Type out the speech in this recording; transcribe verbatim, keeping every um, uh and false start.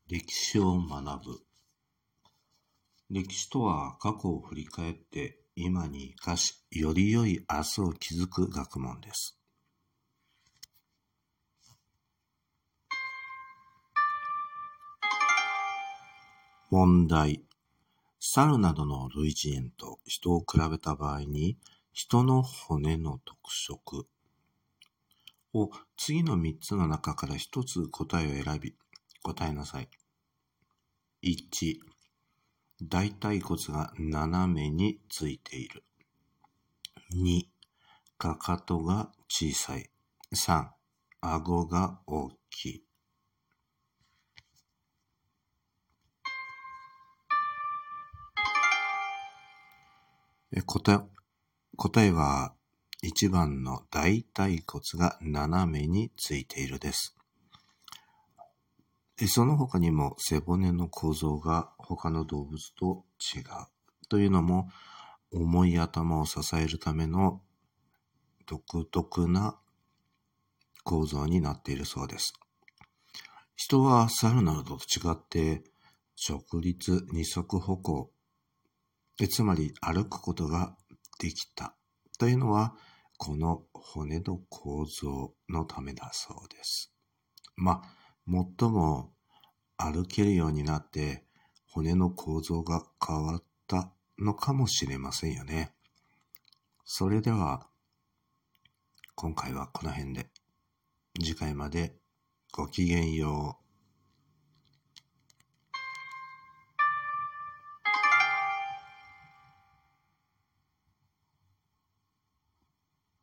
歴史を学ぶ。歴史とは過去を振り返って今に生かし、より良い明日を築く学問です。問題。猿などの類人猿と人を比べた場合に、人の骨の特色を次のみっつの中からひとつ答えを選び、答えなさい。いち、大腿骨が斜めについている。に、かかとが小さい。さん、顎が大きい。え答え、答えはいちばんの大腿骨が斜めについているです。その他にも背骨の構造が他の動物と違うというのも、重い頭を支えるための独特な構造になっているそうです。人は猿などと違って直立二足歩行、つまり歩くことができたというのは、この骨の構造のためだそうです。まあ、最も歩けるようになって骨の構造が変わったのかもしれませんよね。それでは今回はこの辺で、次回までごきげんよう。